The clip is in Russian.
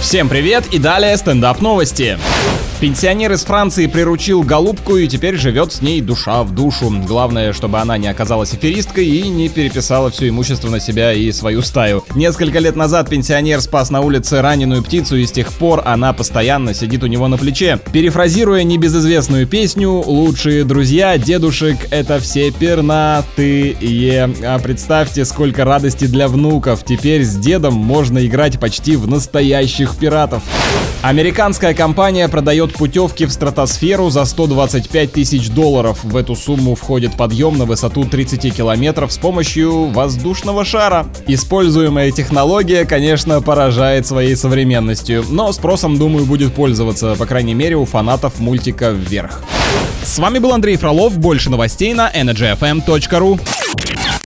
Всем привет и далее стендап новости. Пенсионер из Франции приручил голубку и теперь живет с ней душа в душу. Главное, чтобы она не оказалась аферисткой и не переписала все имущество на себя и свою стаю. Несколько лет назад пенсионер спас на улице раненую птицу, и с тех пор она постоянно сидит у него на плече. Перефразируя небезызвестную песню, лучшие друзья дедушек — это все пернатые. А представьте, сколько радости для внуков. Теперь с дедом можно играть почти в настоящих пиратов. Американская компания продает путевки в стратосферу за $125 тысяч. В эту сумму входит подъем на высоту 30 километров с помощью воздушного шара. Используемая технология, конечно, поражает своей современностью, но спросом, думаю, будет пользоваться, по крайней мере, у фанатов мультика «Вверх». С вами был Андрей Фролов. Больше новостей на energyfm.ru.